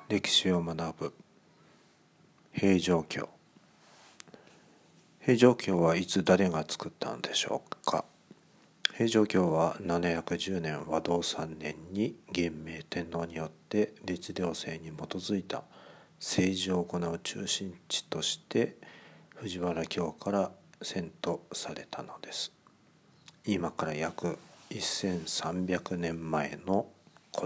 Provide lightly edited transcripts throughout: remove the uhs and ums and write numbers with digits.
歴史を学ぶ平城京。平城京はいつ誰が作ったのでしょうか。平城京は710年和道3年に元明天皇によって律令制に基づいた政治を行う中心地として藤原京から遷都されたのです。今から約1300年前のこと。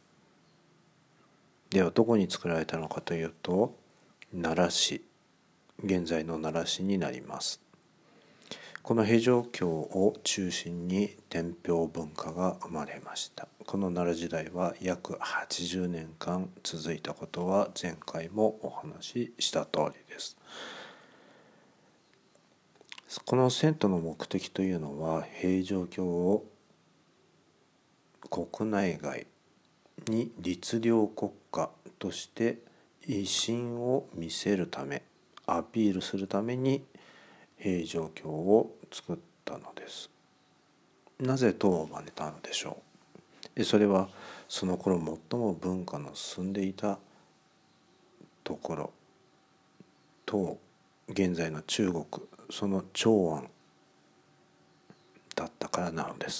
ではどこに作られたのかというと、奈良市、現在の奈良市になります。この平城京を中心に天平文化が生まれました。この奈良時代は約80年間続いたことは前回もお話しした通りです。この遷都の目的というのは、平城京を国内外に律令国家として威信を見せるため、アピールするために平城京を作ったのです。なぜ唐を真似たのでしょう。それはその頃最も文化の進んでいたところ、唐、現在の中国、その長安だったからなのです。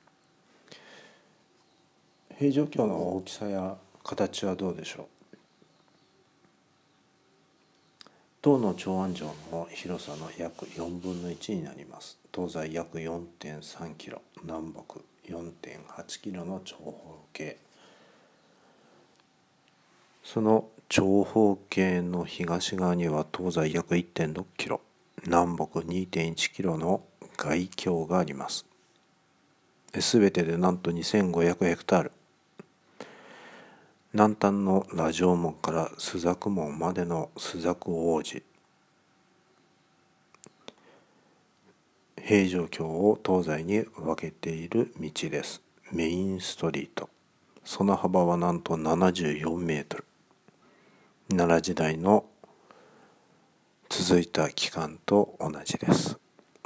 平城京の大きさや形はどうでしょう。唐の長安城の広さの約4分の1になります。東西約 4.3 キロ、南北 4.8 キロの長方形。その長方形の東側には東西約 1.6 キロ、南北 2.1 キロの外境があります。すべてでなんと2500ヘクタール。南端の羅城門から朱雀門までの朱雀大路、平城京を東西に分けている道です。メインストリート。その幅はなんと74メートル。奈良時代の続いた期間と同じです。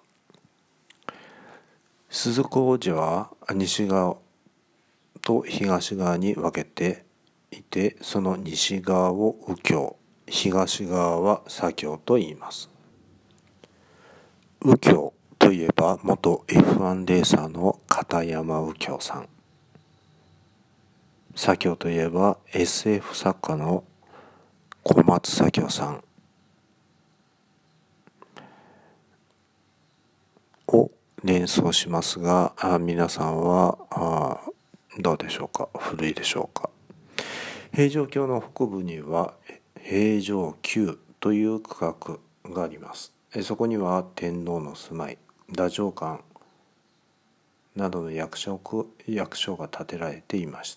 朱雀大路は西側と東側に分けていて、その西側を右京、東側は左京と言います。右京といえば元 F1 レーサーの片山右京さん。左京といえば SF 作家の小松左京さんを連想しますが、皆さんはどうでしょうか。古いでしょうか。平城京の北部には平城宮という区画があります。そこには天皇の住まい、太政官などの役所が建てられていました。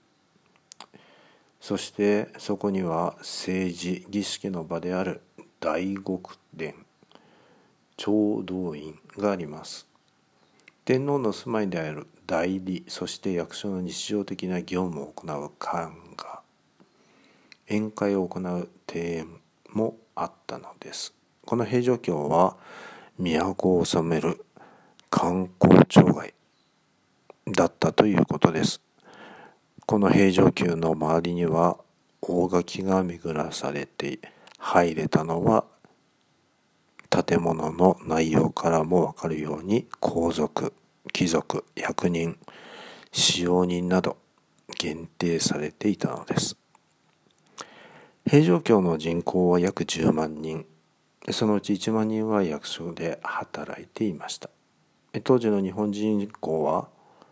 そしてそこには政治儀式の場である大極殿、長道院があります。天皇の住まいである代理、そして役所の日常的な業務を行う官が、宴会を行う庭園もあったのです。この平城京は都を治める観光町街だったということです。この平城宮の周りには大垣が巡らされて入れたのは、建物の内容からもわかるように皇族、貴族、役人、使用人など限定されていたのです。平城京の人口は約10万人。そのうち1万人は役所で働いていました。当時の日本人口は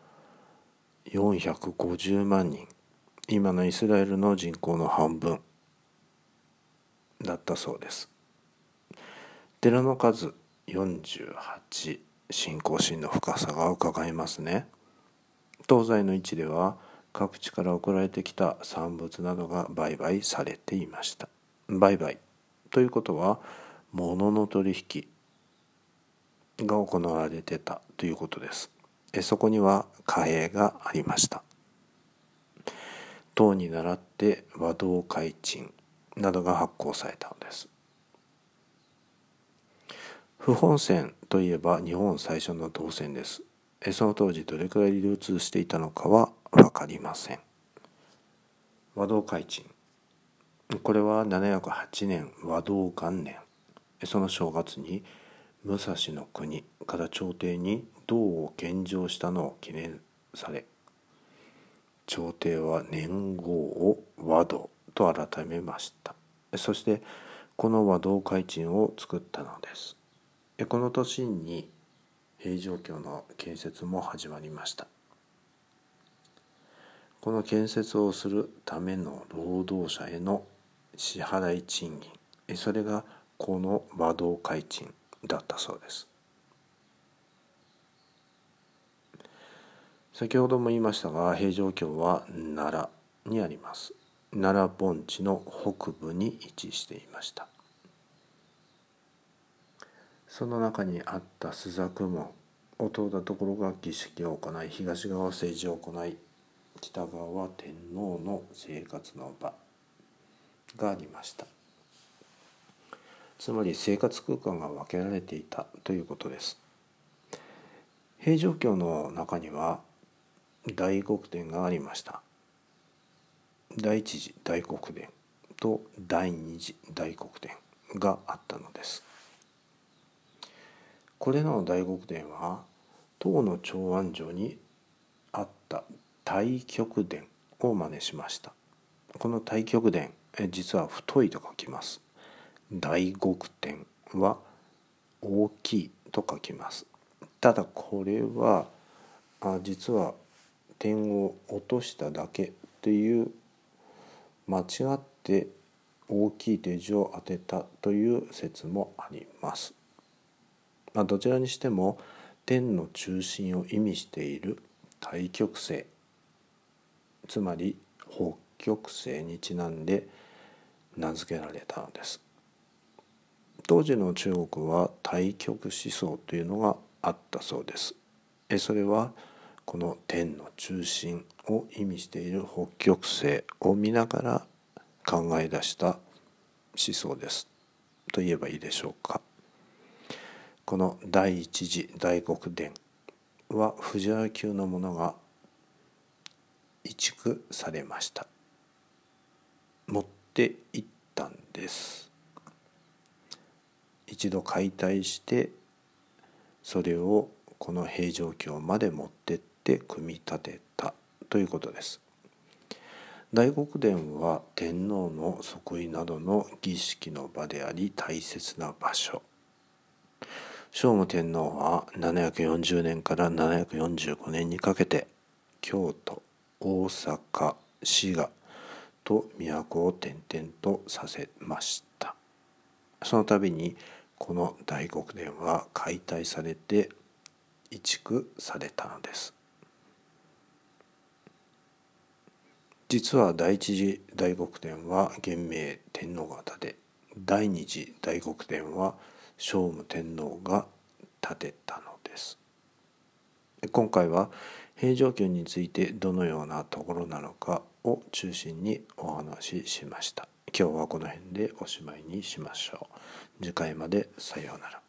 450万人。今のイスラエルの人口の半分だったそうです。寺の数48、信仰心の深さが伺えますね。東西の位置では各地から送られてきた産物などが売買されていました。売買ということは物の取引が行われてたということです。そこには貨幣がありました。唐に倣って和同開珍などが発行されたのです。不本線といえば日本最初の銅線です。その当時どれくらい流通していたのかは分かりません。 和道開鎮。これは708年和道元年、その正月に武蔵の国から朝廷に道を献上したのを記念され、朝廷は年号を和道と改めました。そしてこの和道開鎮を作ったのです。この年に平城京の建設も始まりました。この建設をするための労働者への支払い賃金、それがこの和道開鎮だったそうです。先ほども言いましたが、平城京は奈良にあります。奈良盆地の北部に位置していました。その中にあった朱雀門を通ったところが儀式を行い、東側は政治を行い、北側は天皇の生活の場がありました。つまり生活空間が分けられていたということです。平城京の中には大極殿がありました。第一次大極殿と第二次大極殿があったのです。これらの大極殿は唐の長安城にあった太極殿を真似しました。この太極殿、実は太いと書きます。大極殿は大きいと書きます。ただこれは実は点を落としただけという間違って大きいという字を当てたという説もあります。どちらにしても天の中心を意味している太極星、つまり北極星にちなんで名付けられたのです。当時の中国は太極思想というのがあったそうです。それはこの天の中心を意味している北極星を見ながら考え出した思想ですと言えばいいでしょうか。この第一次大極殿は藤原級のものが移築されました。持っていったんです。一度解体してそれをこの平城京まで持ってって組み立てたということです。大極殿は天皇の即位などの儀式の場であり大切な場所。聖武天皇は740年から745年にかけて京都、大阪、滋賀と都を転々とさせました。その度にこの大極殿は解体されて移築されたのです。実は第一次大極殿は元明天皇が建て、第二次大極殿は聖武天皇が建てたのです。今回は平城京についてどのようなところなのかを中心にお話ししました。今日はこの辺でおしまいにしましょう。次回までさようなら。